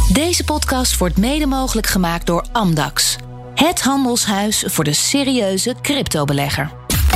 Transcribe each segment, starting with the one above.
Deze podcast wordt mede mogelijk gemaakt door Amdax. Het handelshuis voor de serieuze cryptobelegger.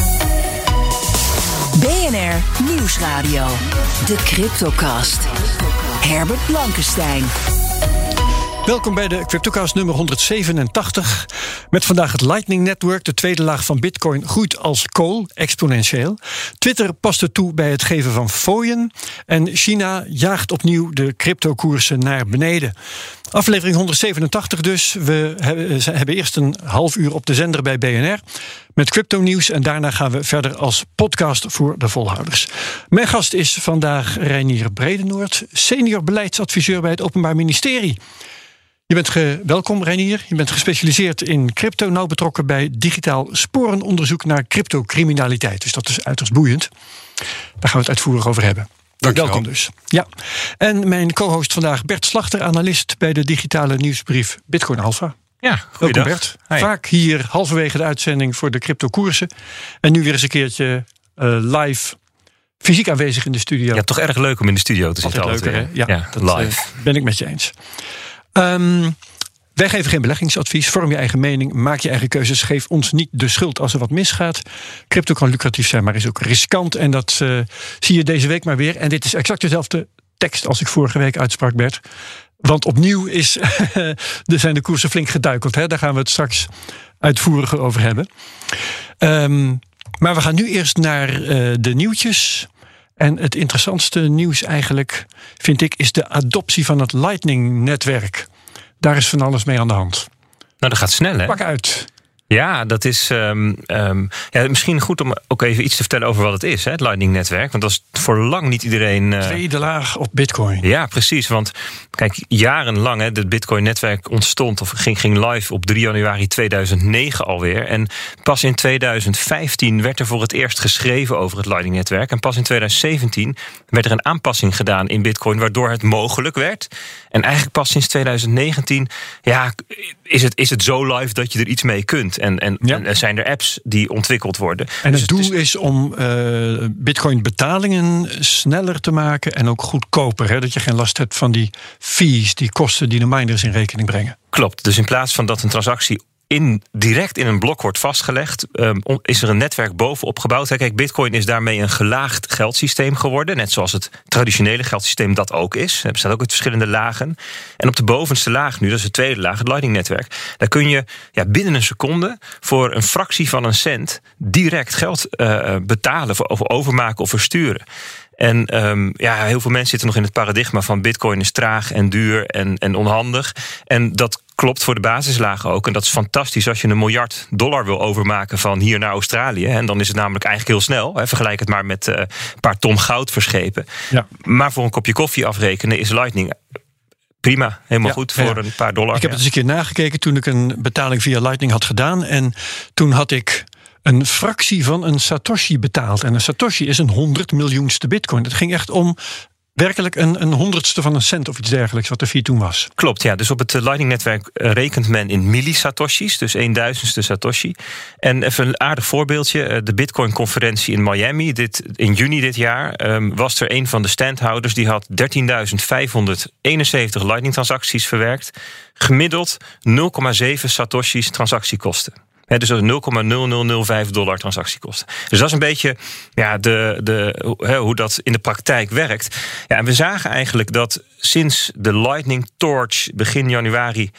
BNR Nieuwsradio. De Cryptocast. Herbert Blankenstein. Welkom bij de Cryptocast nummer 187. Met vandaag het Lightning Network. De tweede laag van Bitcoin groeit als kool, exponentieel. Twitter past er toe bij het geven van fooien. En China jaagt opnieuw de cryptokoersen naar beneden. Aflevering 187 dus. We hebben eerst een half uur op de zender bij BNR met crypto-nieuws. En daarna gaan we verder als podcast voor de volhouders. Mijn gast is vandaag Reinier Bredenoord, senior beleidsadviseur bij het Openbaar Ministerie. Je bent welkom, Reinier. Je bent gespecialiseerd in crypto, nauw betrokken bij digitaal sporenonderzoek naar cryptocriminaliteit. Dus dat is uiterst boeiend. Daar gaan we het uitvoerig over hebben. Welkom dus. Ja. En mijn co-host vandaag Bert Slachter, analist bij de digitale nieuwsbrief Bitcoin Alpha. Ja, welkom Bert. Hi. Vaak hier halverwege de uitzending voor de cryptokoersen. En nu weer eens een keertje live, fysiek aanwezig in de studio. Ja, toch erg leuk om in de studio te zitten. Altijd leuker, hè? Ja, dat live. Ben ik met je eens. Wij geven geen beleggingsadvies. Vorm je eigen mening, maak je eigen keuzes. Geef ons niet de schuld als er wat misgaat. Crypto kan lucratief zijn, maar is ook riskant. En dat zie je deze week maar weer. En dit is exact dezelfde tekst als ik vorige week uitsprak, Bert. Want opnieuw zijn de koersen flink geduikeld. Hè? Daar gaan we het straks uitvoeriger over hebben. Maar we gaan nu eerst naar de nieuwtjes. En het interessantste nieuws eigenlijk, vind ik, is de adoptie van het Lightning-netwerk. Daar is van alles mee aan de hand. Nou, dat gaat snel, hè? Pak uit. Ja, dat is misschien goed om ook even iets te vertellen over wat het is, hè, het Lightning-netwerk. Want dat is voor lang niet iedereen... Tweede laag op Bitcoin. Ja, precies. Want kijk, jarenlang, het Bitcoin-netwerk ontstond of ging live op 3 januari 2009 alweer. En pas in 2015 werd er voor het eerst geschreven over het Lightning-netwerk. En pas in 2017 werd er een aanpassing gedaan in Bitcoin, waardoor het mogelijk werd. En eigenlijk pas sinds 2019 is het zo live dat je er iets mee kunt. En zijn er apps die ontwikkeld worden. En het doel is om Bitcoin betalingen sneller te maken en ook goedkoper. Hè? Dat je geen last hebt van die fees, die kosten die de miners in rekening brengen. Klopt, dus in plaats van dat een transactie direct in een blok wordt vastgelegd, is er een netwerk bovenop gebouwd. Kijk, Bitcoin is daarmee een gelaagd geldsysteem geworden, net zoals het traditionele geldsysteem dat ook is. Er bestaat ook uit verschillende lagen. En op de bovenste laag nu, dat is de tweede laag, het Lightning-netwerk, daar kun je binnen een seconde voor een fractie van een cent direct geld betalen, of overmaken of versturen. En heel veel mensen zitten nog in het paradigma van Bitcoin is traag en duur en onhandig. En dat klopt voor de basislagen ook. En dat is fantastisch als je $1 miljard wil overmaken van hier naar Australië. En dan is het namelijk eigenlijk heel snel. Vergelijk het maar met een paar ton goud verschepen. Ja. Maar voor een kopje koffie afrekenen is Lightning prima, helemaal goed voor een paar dollar. Ik heb het eens een keer nagekeken toen ik een betaling via Lightning had gedaan. En toen had ik een fractie van een Satoshi betaald. En een Satoshi is een 100 miljoenste Bitcoin. Het ging echt om werkelijk een honderdste van een cent of iets dergelijks wat de fee toen was. Klopt, ja. Dus op het Lightning-netwerk rekent men in millisatoshis, dus 1.000ste Satoshi. En even een aardig voorbeeldje. De Bitcoin-conferentie in Miami in juni dit jaar was er een van de standhouders die had 13.571 Lightning-transacties verwerkt. Gemiddeld 0,7 Satoshis transactiekosten. Dus dat is $0,0005 transactiekosten. Dus dat is een beetje hoe dat in de praktijk werkt. Ja, en we zagen eigenlijk dat sinds de Lightning Torch begin januari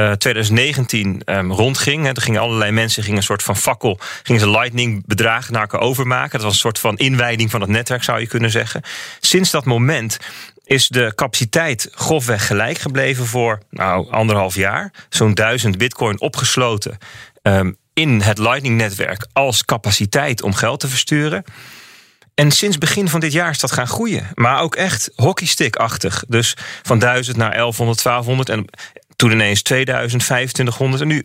2019 rondging. Er gingen allerlei mensen, een soort van fakkel, gingen ze Lightning bedragen naar elkaar overmaken. Dat was een soort van inwijding van het netwerk, zou je kunnen zeggen. Sinds dat moment is de capaciteit grofweg gelijk gebleven voor 1,5 jaar. Zo'n 1000 Bitcoin opgesloten in het Lightning-netwerk als capaciteit om geld te versturen. En sinds begin van dit jaar is dat gaan groeien. Maar ook echt hockeystick-achtig. Dus van 1000 naar 1100, 1200 en toen ineens 2000, 2500 en nu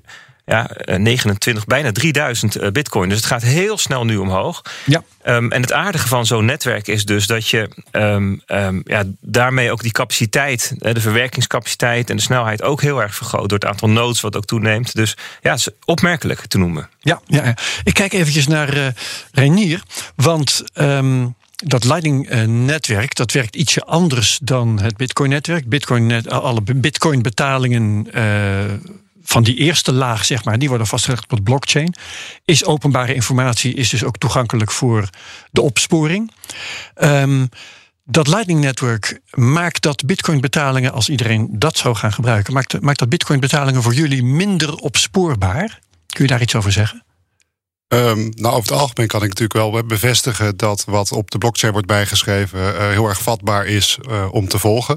29, bijna 3000 bitcoin. Dus het gaat heel snel nu omhoog. Ja. En het aardige van zo'n netwerk is dus dat je daarmee ook die capaciteit, de verwerkingscapaciteit en de snelheid ook heel erg vergroot door het aantal nodes wat ook toeneemt. Dus het is opmerkelijk te noemen. Ja. Ik kijk eventjes naar Reinier, want Dat Lightning-netwerk, dat werkt ietsje anders dan het Bitcoin-netwerk. Alle Bitcoin-betalingen van die eerste laag, zeg maar, die worden vastgelegd op het blockchain. Is openbare informatie, is dus ook toegankelijk voor de opsporing. Dat Lightning-netwerk maakt dat Bitcoin-betalingen, als iedereen dat zou gaan gebruiken, maakt dat Bitcoin-betalingen voor jullie minder opspoorbaar. Kun je daar iets over zeggen? Over het algemeen kan ik natuurlijk wel bevestigen dat wat op de blockchain wordt bijgeschreven heel erg vatbaar is om te volgen.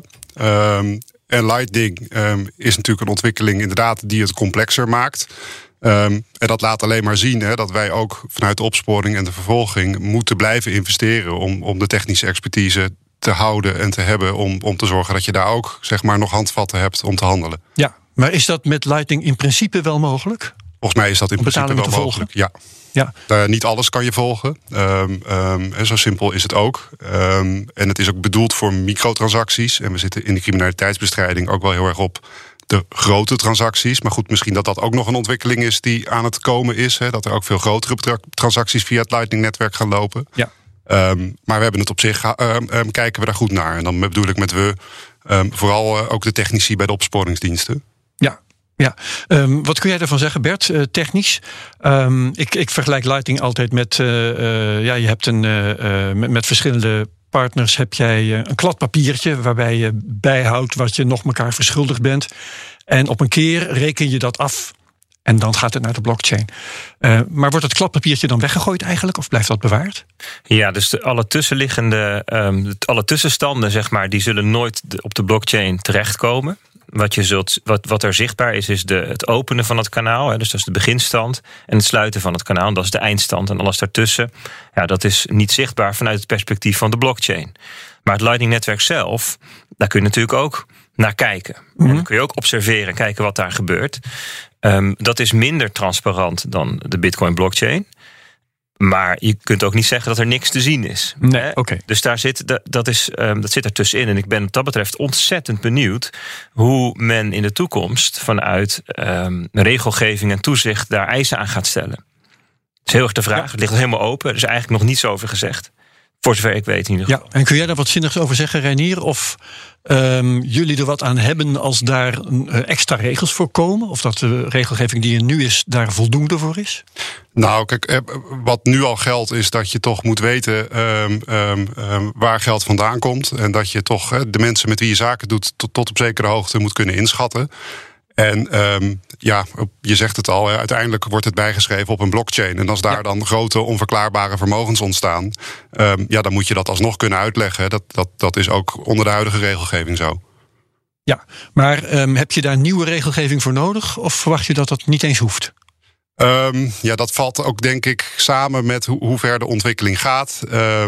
En Lightning is natuurlijk een ontwikkeling inderdaad die het complexer maakt. En dat laat alleen maar zien dat wij ook vanuit de opsporing en de vervolging moeten blijven investeren om de technische expertise te houden en te hebben om te zorgen dat je daar ook zeg maar nog handvatten hebt om te handelen. Ja, maar is dat met Lightning in principe wel mogelijk? Volgens mij is dat in principe wel mogelijk, ja. Niet alles kan je volgen. En zo simpel is het ook. En het is ook bedoeld voor microtransacties. En we zitten in de criminaliteitsbestrijding ook wel heel erg op de grote transacties. Maar goed, misschien dat ook nog een ontwikkeling is die aan het komen is. Dat er ook veel grotere transacties via het Lightning-netwerk gaan lopen. Ja. Maar we hebben het op zich, kijken we daar goed naar. En dan bedoel ik met vooral ook de technici bij de opsporingsdiensten. Ja, wat kun jij daarvan zeggen, Bert, technisch? Ik vergelijk Lightning altijd met, je hebt met verschillende partners heb jij een kladpapiertje waarbij je bijhoudt wat je nog elkaar verschuldigd bent. En op een keer reken je dat af en dan gaat het naar de blockchain. Maar wordt het kladpapiertje dan weggegooid eigenlijk of blijft dat bewaard? Ja, dus alle tussenstanden, zeg maar, die zullen nooit op de blockchain terechtkomen. Wat er zichtbaar is het openen van het kanaal. Dus dat is de beginstand. En het sluiten van het kanaal. Dat is de eindstand. En alles daartussen, dat is niet zichtbaar vanuit het perspectief van de blockchain. Maar het Lightning-netwerk zelf, daar kun je natuurlijk ook naar kijken. En dan kun je ook observeren en kijken wat daar gebeurt. Dat is minder transparant dan de Bitcoin-blockchain. Maar je kunt ook niet zeggen dat er niks te zien is. Nee, okay. Dus dat zit er tussenin. En ik ben wat dat betreft ontzettend benieuwd hoe men in de toekomst vanuit regelgeving en toezicht daar eisen aan gaat stellen. Dat is heel erg de vraag. Ja. Het ligt helemaal open. Er is eigenlijk nog niets over gezegd. Voor zover ik weet in ieder geval. Ja, en kun jij daar wat zinnigs over zeggen, Reinier? Of jullie er wat aan hebben als daar extra regels voor komen? Of dat de regelgeving die er nu is, daar voldoende voor is? Nou, kijk, wat nu al geldt is dat je toch moet weten waar geld vandaan komt. En dat je toch de mensen met wie je zaken doet tot op zekere hoogte moet kunnen inschatten. En je zegt het al, uiteindelijk wordt het bijgeschreven op een blockchain. En als daar dan grote onverklaarbare vermogens ontstaan, dan moet je dat alsnog kunnen uitleggen. Dat is ook onder de huidige regelgeving zo. Ja, maar heb je daar nieuwe regelgeving voor nodig? Of verwacht je dat dat niet eens hoeft? Dat valt ook denk ik samen met hoe ver de ontwikkeling gaat.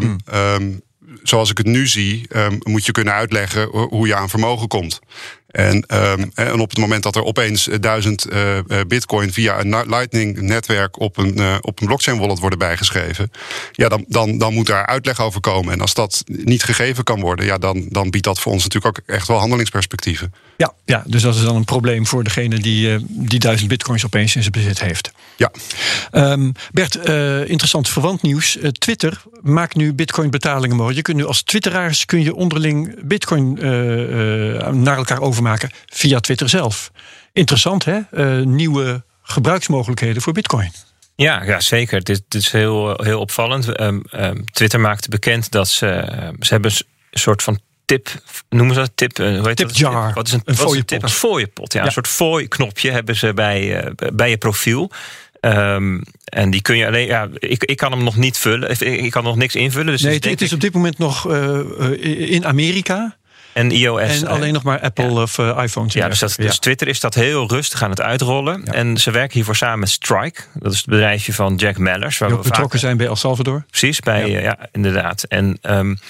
Zoals ik het nu zie, moet je kunnen uitleggen hoe je aan vermogen komt. En op het moment dat er opeens 1000 bitcoin via een Lightning-netwerk op een blockchain-wallet worden bijgeschreven, dan moet daar uitleg over komen. En als dat niet gegeven kan worden, dan biedt dat voor ons natuurlijk ook echt wel handelingsperspectieven. Ja, dus dat is dan een probleem voor degene die 1000 bitcoins opeens in zijn bezit heeft. Ja. Bert, interessant verwant nieuws. Twitter maakt nu bitcoin-betalingen mogelijk. Je kunt nu als twitteraars onderling bitcoin naar elkaar overmaken via Twitter zelf. Interessant, hè? Nieuwe gebruiksmogelijkheden voor bitcoin. Ja, zeker. Dit is heel opvallend. Twitter maakte bekend dat ze hebben een soort van tip, noemen ze dat? Tipjar. Wat is een fooiepot? Een fooiepot, ja. Een soort fooi-knopje hebben ze bij je profiel. En die kun je alleen. Ik kan hem nog niet vullen. Ik kan nog niks invullen. Dus het is op dit moment nog in Amerika. En iOS. En alleen nog maar Apple of iPhones. Ja, dus Twitter is dat heel rustig aan het uitrollen. Ja. En ze werken hiervoor samen met Strike. Dat is het bedrijfje van Jack Mallers. Waar die ook betrokken zijn bij El Salvador. Precies, inderdaad. En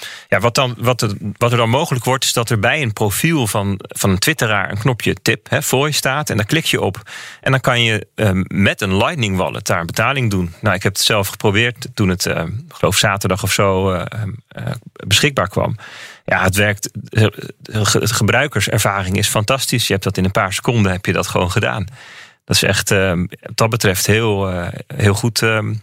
wat er dan mogelijk wordt, is dat er bij een profiel van een twitteraar een knopje tip voor je staat. En daar klik je op. En dan kan je met een Lightning wallet daar een betaling doen. Nou, ik heb het zelf geprobeerd toen het, geloof zaterdag of zo, beschikbaar kwam. Ja, het werkt. De gebruikerservaring is fantastisch. Je hebt dat in een paar seconden gewoon gedaan. Dat is echt, wat dat betreft, heel goed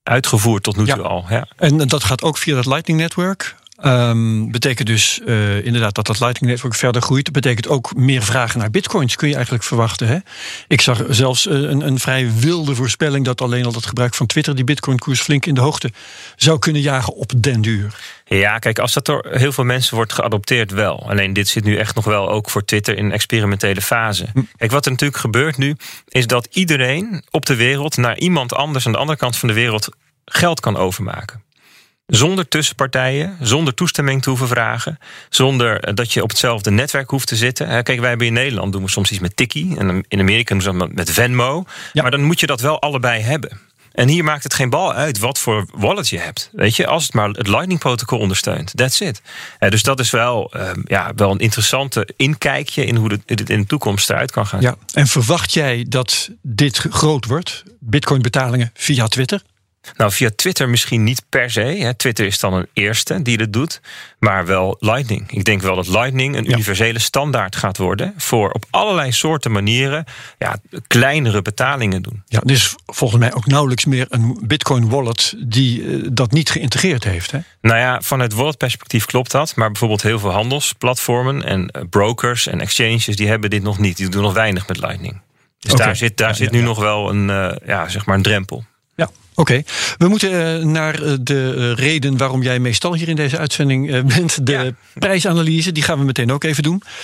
uitgevoerd tot nu toe al. Ja. En dat gaat ook via dat Lightning Network. Betekent dus inderdaad dat Lightning Network verder groeit. Dat betekent ook meer vragen naar bitcoins, kun je eigenlijk verwachten. Hè? Ik zag zelfs een vrij wilde voorspelling dat alleen al het gebruik van Twitter die bitcoinkoers flink in de hoogte zou kunnen jagen op den duur. Ja, kijk, als dat door heel veel mensen wordt geadopteerd wel. Alleen dit zit nu echt nog wel ook voor Twitter in een experimentele fase. Kijk, wat er natuurlijk gebeurt nu, is dat iedereen op de wereld naar iemand anders aan de andere kant van de wereld geld kan overmaken. Zonder tussenpartijen, zonder toestemming te hoeven vragen, zonder dat je op hetzelfde netwerk hoeft te zitten. Kijk, wij hebben in Nederland doen we soms iets met Tikkie en in Amerika doen ze dat met Venmo. Ja. Maar dan moet je dat wel allebei hebben. En hier maakt het geen bal uit wat voor wallet je hebt. Weet je, als het maar het Lightning-protocol ondersteunt. That's it. Dus dat is wel een interessante inkijkje in hoe dit in de toekomst eruit kan gaan. Ja. En verwacht jij dat dit groot wordt? Bitcoin-betalingen via Twitter? Nou, via Twitter misschien niet per se. Hè. Twitter is dan een eerste die dit doet. Maar wel Lightning. Ik denk wel dat Lightning een universele standaard gaat worden voor op allerlei soorten manieren kleinere betalingen doen. Ja, er is volgens mij ook nauwelijks meer een Bitcoin wallet die dat niet geïntegreerd heeft. Hè? Nou ja, vanuit wallet perspectief klopt dat. Maar bijvoorbeeld heel veel handelsplatformen en brokers en exchanges die hebben dit nog niet. Die doen nog weinig met Lightning. Dus daar zit nu nog wel een drempel. Ja, oké. We moeten naar de reden waarom jij meestal hier in deze uitzending bent. De prijsanalyse, die gaan we meteen ook even doen.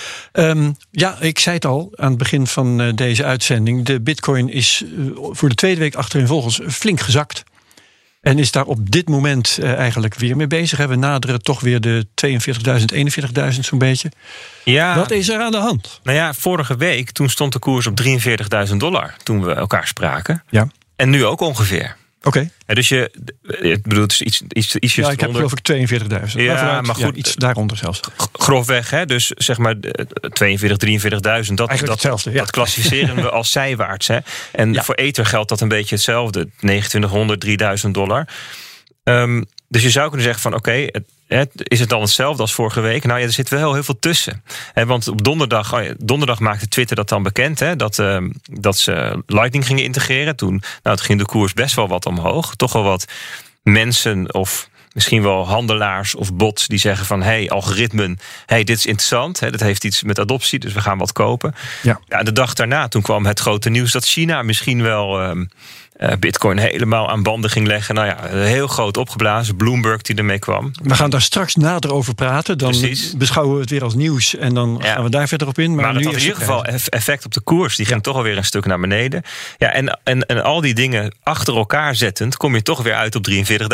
Ik zei het al aan het begin van deze uitzending. De bitcoin is voor de tweede week achtereenvolgens flink gezakt. En is daar op dit moment eigenlijk weer mee bezig. We naderen toch weer de 42.000, 41.000 zo'n beetje. Ja. Wat is er aan de hand? Nou ja, vorige week toen stond de koers op $43.000 toen we elkaar spraken. Ja. En nu ook ongeveer. Oké. Dus ik bedoel, het is ietsjes ja, ik heb geloof ik 42.000. Ja, maar goed, iets daaronder zelfs. Grofweg, hè? Dus zeg maar 42.000, 43.000. Dat klassificeren we als zijwaarts. Hè? En voor Ether geldt dat een beetje hetzelfde. $2.900, $3.000. Dus je zou kunnen zeggen van oké, is het dan hetzelfde als vorige week? Nou ja, er zit wel heel veel tussen. Want op donderdag maakte Twitter dat dan bekend. Dat ze Lightning gingen integreren. Toen ging de koers best wel wat omhoog. Toch wel wat mensen of misschien wel handelaars of bots die zeggen van algoritmen, dit is interessant. Dat heeft iets met adoptie, dus we gaan wat kopen. Ja, de dag daarna toen kwam het grote nieuws dat China misschien wel Bitcoin helemaal aan banden ging leggen. Nou ja, heel groot opgeblazen. Bloomberg die ermee kwam. We gaan daar straks nader over praten. Dan beschouwen we het weer als nieuws en dan gaan we daar verder op in. Maar het had in ieder geval effect op de koers. Die ging toch alweer een stuk naar beneden. Ja, en al die dingen achter elkaar zettend kom je toch weer uit op $43.000,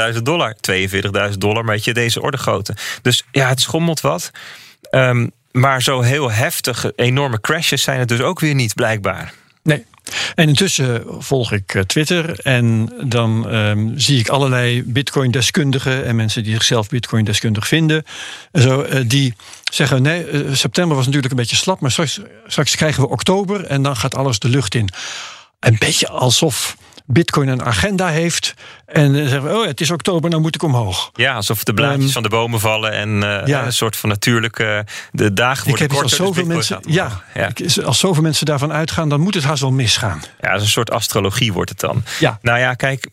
$42.000, maar deze orde grootte. Dus ja, het schommelt wat. Maar zo heel heftig, enorme crashes zijn het dus ook weer niet, blijkbaar. Nee. En intussen volg ik Twitter en dan zie ik allerlei Bitcoin-deskundigen en mensen die zichzelf Bitcoin-deskundig vinden. Die zeggen, nee, september was natuurlijk een beetje slap, maar straks krijgen we oktober en dan gaat alles de lucht in. Een beetje alsof Bitcoin een agenda heeft en zeggen we, het is oktober, nou moet ik omhoog. Ja, alsof de blaadjes van de bomen vallen en een soort van natuurlijke de dagen worden korter. Als zoveel mensen, als zoveel mensen daarvan uitgaan, dan moet het haast wel misgaan. Ja, dat is een soort astrologie wordt het dan. Ja. Nou ja, kijk,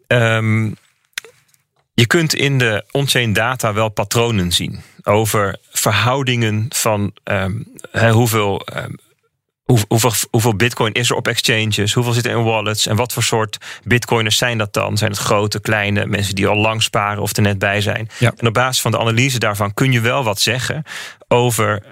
je kunt in de on-chain data wel patronen zien over verhoudingen van hoeveel bitcoin is er op exchanges? Hoeveel zit er in wallets? En wat voor soort bitcoiners zijn dat dan? Zijn het grote, kleine, mensen die al lang sparen of er net bij zijn? Ja. En op basis van de analyse daarvan kun je wel wat zeggen over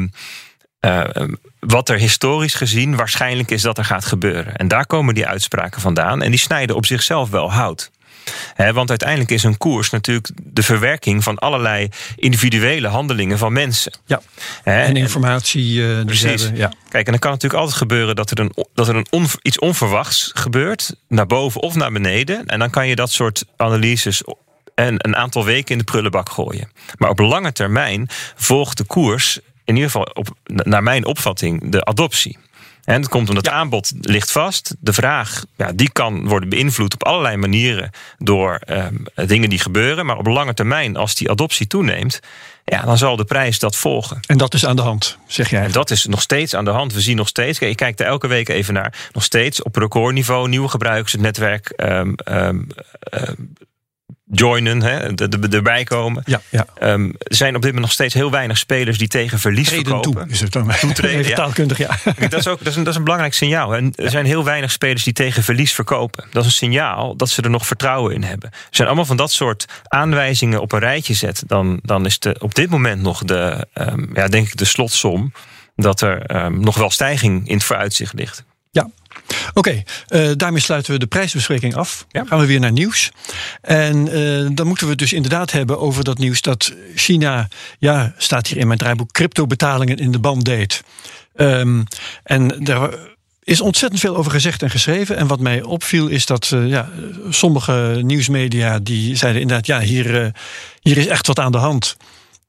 wat er historisch gezien waarschijnlijk is dat er gaat gebeuren. En daar komen die uitspraken vandaan. En die snijden op zichzelf wel hout. Want uiteindelijk is een koers natuurlijk de verwerking van allerlei individuele handelingen van mensen. Ja. En informatie. Precies. Hebben, ja. Kijk, en dan kan het natuurlijk altijd gebeuren dat er iets onverwachts gebeurt, naar boven of naar beneden. En dan kan je dat soort analyses een aantal weken in de prullenbak gooien. Maar op lange termijn volgt de koers, in ieder geval naar mijn opvatting, de adoptie. En dat komt omdat het aanbod ligt vast. De vraag die kan worden beïnvloed op allerlei manieren door dingen die gebeuren. Maar op lange termijn, als die adoptie toeneemt, dan zal de prijs dat volgen. En dat is aan de hand, zeg jij? En dat is nog steeds aan de hand. We zien nog steeds, je kijkt er elke week even naar, nog steeds op recordniveau nieuwe gebruikers het netwerk joinen, erbij komen. Er zijn op dit moment nog steeds heel weinig spelers die tegen verlies verkopen. Toe, is het dan even taalkundig, Dat is een belangrijk signaal. En er zijn heel weinig spelers die tegen verlies verkopen. Dat is een signaal dat ze er nog vertrouwen in hebben. Er zijn allemaal van dat soort aanwijzingen op een rijtje zet. Dan is op dit moment nog denk ik de slotsom dat er nog wel stijging in het vooruitzicht ligt. Ja. Oké, daarmee sluiten we de prijsbespreking af. Gaan we weer naar nieuws. En dan moeten we het dus inderdaad hebben over dat nieuws dat China, staat hier in mijn draaiboek, cryptobetalingen in de ban deed. En daar is ontzettend veel over gezegd en geschreven. En wat mij opviel is dat sommige nieuwsmedia die zeiden inderdaad, hier is echt wat aan de hand.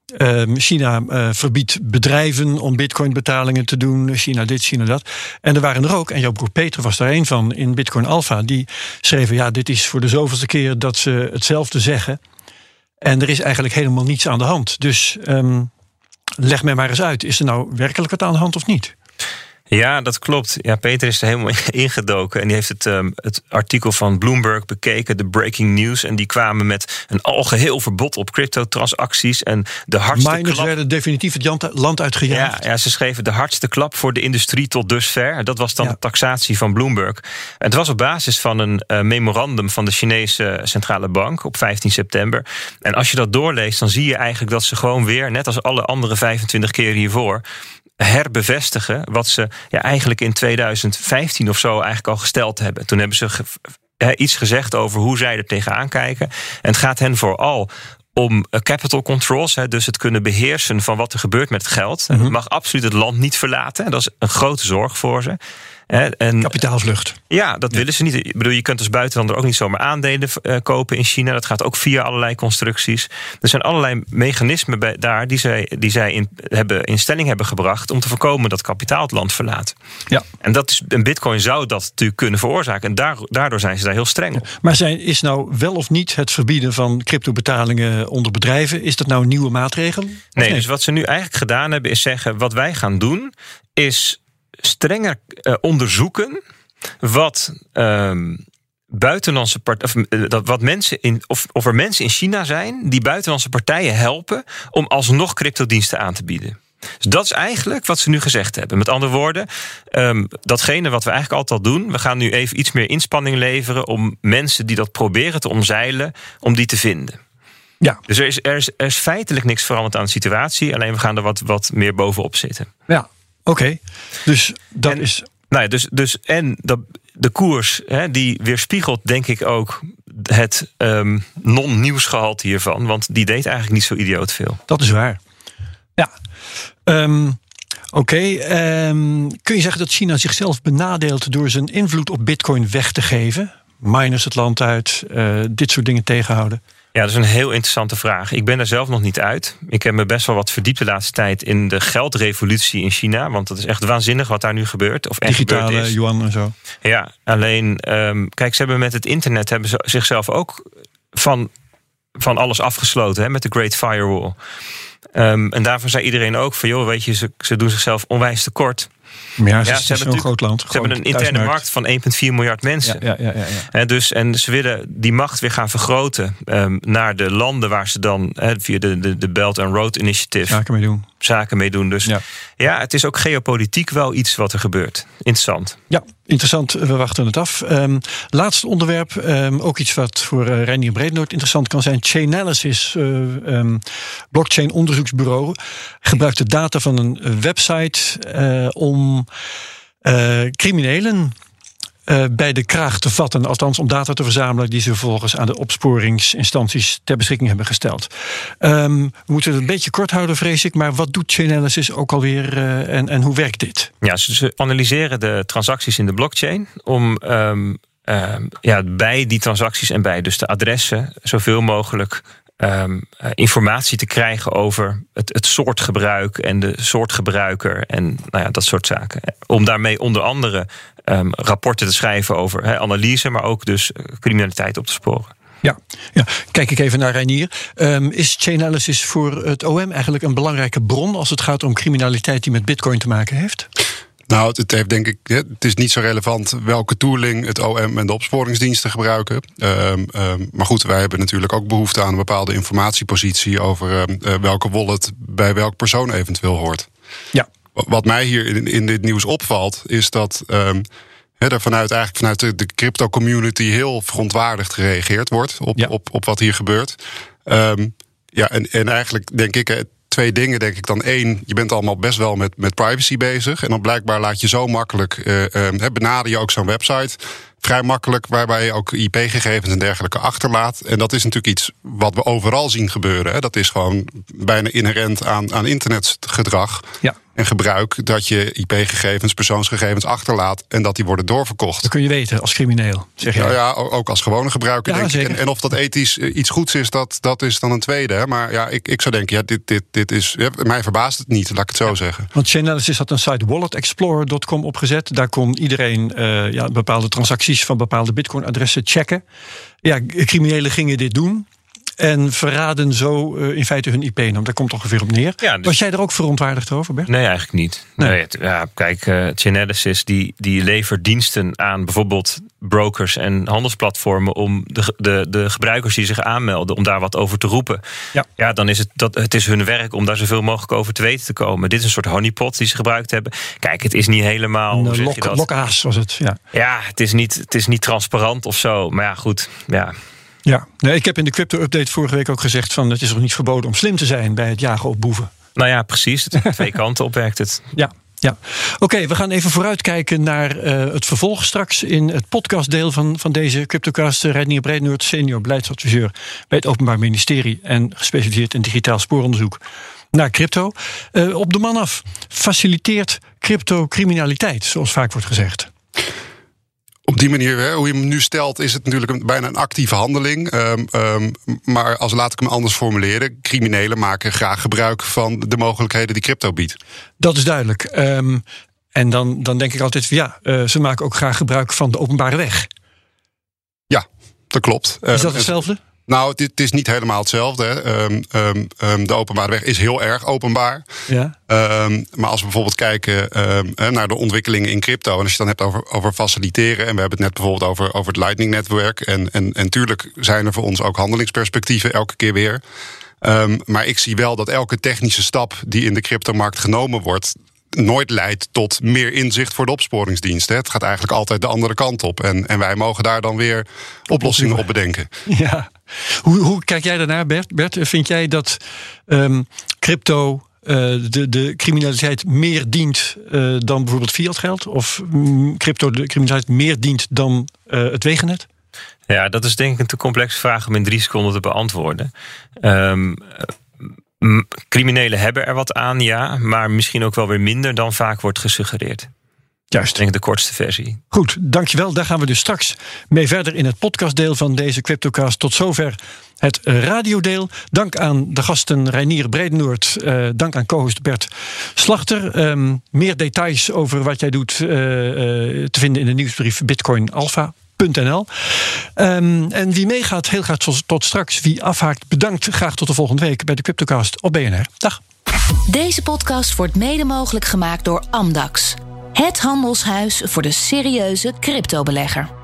China verbiedt bedrijven om bitcoin-betalingen te doen. China dit, China dat. En er waren er ook, en jouw broer Peter was daar een van in Bitcoin Alpha, die schreven, dit is voor de zoveelste keer dat ze hetzelfde zeggen. En er is eigenlijk helemaal niets aan de hand. Dus leg mij maar eens uit, is er nou werkelijk wat aan de hand of niet? Ja, dat klopt. Ja, Peter is er helemaal ingedoken. En die heeft het artikel van Bloomberg bekeken, de breaking news. En die kwamen met een algeheel verbod op cryptotransacties. En de hardste miners klap werden definitief het land uitgejaagd. Ja, ze schreven de hardste klap voor de industrie tot dusver. Dat was dan de taxatie van Bloomberg. En het was op basis van een memorandum van de Chinese centrale bank op 15 september. En als je dat doorleest, dan zie je eigenlijk dat ze gewoon weer, net als alle andere 25 keer hiervoor, herbevestigen wat ze eigenlijk in 2015 of zo eigenlijk al gesteld hebben. Toen hebben ze iets gezegd over hoe zij er tegenaan kijken. En het gaat hen vooral om capital controls, dus het kunnen beheersen van wat er gebeurt met het geld. Mm-hmm. Het mag absoluut het land niet verlaten. Dat is een grote zorg voor ze. Kapitaalvlucht. Ja, dat willen ze niet. Ik bedoel, je kunt als buitenlander ook niet zomaar aandelen kopen in China. Dat gaat ook via allerlei constructies. Er zijn allerlei mechanismen daar die zij in stelling hebben gebracht om te voorkomen dat kapitaal het land verlaat. Ja. En een bitcoin zou dat natuurlijk kunnen veroorzaken. En daardoor zijn ze daar heel streng op. Maar is nou wel of niet het verbieden van cryptobetalingen onder bedrijven, is dat nou een nieuwe maatregel? Nee, dus wat ze nu eigenlijk gedaan hebben is zeggen, wat wij gaan doen is strenger onderzoeken wat buitenlandse wat mensen of er mensen in China zijn die buitenlandse partijen helpen om alsnog cryptodiensten aan te bieden. Dus dat is eigenlijk wat ze nu gezegd hebben. Met andere woorden, datgene wat we eigenlijk altijd al doen, we gaan nu even iets meer inspanning leveren om mensen die dat proberen te omzeilen, om die te vinden. Ja. Dus er is feitelijk niks veranderd aan de situatie, alleen we gaan er wat meer bovenop zitten. Ja. Oké, dus dat is. Nou ja, de koers die weerspiegelt denk ik ook het non-nieuwsgehalte hiervan, want die deed eigenlijk niet zo idioot veel. Dat is waar. Ja. Oké. Kun je zeggen dat China zichzelf benadeelt door zijn invloed op Bitcoin weg te geven? Miners het land uit, dit soort dingen tegenhouden? Ja, dat is een heel interessante vraag. Ik ben er zelf nog niet uit. Ik heb me best wel wat verdiept de laatste tijd in de geldrevolutie in China. Want dat is echt waanzinnig wat daar nu gebeurt. Of digitale yuan en zo. Ja, alleen, kijk, ze hebben met het internet hebben ze zichzelf ook van alles afgesloten, met de Great Firewall. En daarvan zei iedereen ook van, joh, weet je, ze doen zichzelf onwijs tekort. Ja, ze hebben een groot land. Ze hebben een interne markt van 1,4 miljard mensen. Ja. En ze willen die macht weer gaan vergroten naar de landen waar ze dan via de Belt and Road Initiative zaken mee doen. Dus ja, het is ook geopolitiek wel iets wat er gebeurt. Interessant. Ja, interessant. We wachten het af. Laatste onderwerp, ook iets wat voor Reinier Breednoord interessant kan zijn. Chainalysis, blockchain onderzoeksbureau, gebruikt de data van een website om criminelen bij de kraag te vatten, althans om data te verzamelen die ze vervolgens aan de opsporingsinstanties ter beschikking hebben gesteld. We moeten het een beetje kort houden, vrees ik, maar wat doet Chainalysis ook alweer en hoe werkt dit? Ja, ze analyseren de transacties in de blockchain om bij die transacties en bij dus de adressen zoveel mogelijk informatie te krijgen over het soort gebruik en de soort gebruiker en dat soort zaken. Om daarmee onder andere rapporten te schrijven over analyse, maar ook dus criminaliteit op te sporen. Ja, kijk ik even naar Reinier. Is Chainalysis voor het OM eigenlijk een belangrijke bron als het gaat om criminaliteit die met Bitcoin te maken heeft? Nou, het heeft denk ik, het is niet zo relevant welke tooling het OM en de opsporingsdiensten gebruiken. Maar goed, wij hebben natuurlijk ook behoefte aan een bepaalde informatiepositie over welke wallet bij welk persoon eventueel hoort. Ja. Wat mij hier in dit nieuws opvalt, is dat er vanuit de crypto-community heel verontwaardigd gereageerd wordt op wat hier gebeurt. En eigenlijk denk ik, twee dingen denk ik dan. 1, je bent allemaal best wel met privacy bezig. En dan blijkbaar laat je zo makkelijk, benader je ook zo'n website vrij makkelijk, waarbij je ook IP-gegevens en dergelijke achterlaat. En dat is natuurlijk iets wat we overal zien gebeuren. Hè. Dat is gewoon bijna inherent aan internetgedrag en gebruik, dat je IP-gegevens, persoonsgegevens achterlaat en dat die worden doorverkocht. Dat kun je weten als crimineel, zeg je. Ja, ook als gewone gebruiker, denk ik. En of dat ethisch iets goeds is, dat is dan een tweede. Hè. Maar ik zou denken, dit is, mij verbaast het niet, laat ik het zo zeggen. Want Chainalysis had een site walletexplorer.com opgezet. Daar kon iedereen bepaalde transacties van bepaalde Bitcoin-adressen checken. Ja, criminelen gingen dit doen en verraden zo in feite hun IP-naam. Daar komt ongeveer op neer. Ja, dus was jij er ook verontwaardigd over, Bert? Nee, eigenlijk niet. Nee. Kijk, Chainalysis die levert diensten aan bijvoorbeeld brokers en handelsplatformen om de gebruikers die zich aanmelden, om daar wat over te roepen. Ja, dan is het is hun werk om daar zoveel mogelijk over te weten te komen. Dit is een soort honeypot die ze gebruikt hebben. Kijk, het is niet helemaal lokhaas was het. Ja, het is niet transparant of zo. Maar ja, goed. Ja, ik heb in de crypto-update vorige week ook gezegd van het is nog niet verboden om slim te zijn bij het jagen op boeven. Nou ja, precies. Twee kanten op werkt het. Ja. Oké, we gaan even vooruitkijken naar het vervolg straks in het podcastdeel van deze CryptoCast. Reinier Breednoord, senior beleidsadviseur bij het Openbaar Ministerie en gespecialiseerd in digitaal spooronderzoek naar crypto. Op de man af, faciliteert crypto criminaliteit, zoals vaak wordt gezegd? Op die manier, hoe je hem nu stelt, is het natuurlijk bijna een actieve handeling. Maar laat ik hem anders formuleren. Criminelen maken graag gebruik van de mogelijkheden die crypto biedt. Dat is duidelijk. En dan denk ik altijd, ze maken ook graag gebruik van de openbare weg. Ja, dat klopt. Is dat hetzelfde? Nou, het is niet helemaal hetzelfde. Hè. De openbare weg is heel erg openbaar. Ja. Maar als we bijvoorbeeld kijken naar de ontwikkelingen in crypto, en als je het dan hebt over faciliteren, en we hebben het net bijvoorbeeld over het Lightning-netwerk, en tuurlijk zijn er voor ons ook handelingsperspectieven elke keer weer. Maar ik zie wel dat elke technische stap die in de cryptomarkt genomen wordt, nooit leidt tot meer inzicht voor de opsporingsdiensten. Het gaat eigenlijk altijd de andere kant op. En wij mogen daar dan weer oplossingen op bedenken. Ja. Hoe kijk jij daarnaar, Bert? Bert, vind jij dat crypto de criminaliteit meer dient dan bijvoorbeeld fiatgeld? Of crypto de criminaliteit meer dient dan het wegennet? Ja, dat is denk ik een te complexe vraag om in 3 seconden te beantwoorden. Criminelen hebben er wat aan, ja, maar misschien ook wel weer minder dan vaak wordt gesuggereerd. Juist. Ik denk de kortste versie. Goed, dankjewel. Daar gaan we dus straks mee verder in het podcastdeel van deze CryptoCast. Tot zover het radiodeel. Dank aan de gasten Reinier Breednoord. Dank aan co-host Bert Slachter. Meer details over wat jij doet te vinden in de nieuwsbrief bitcoinalpha.nl. En wie meegaat, heel graag tot straks. Wie afhaakt, bedankt. Graag tot de volgende week bij de CryptoCast op BNR. Dag. Deze podcast wordt mede mogelijk gemaakt door Amdax. Het handelshuis voor de serieuze cryptobelegger.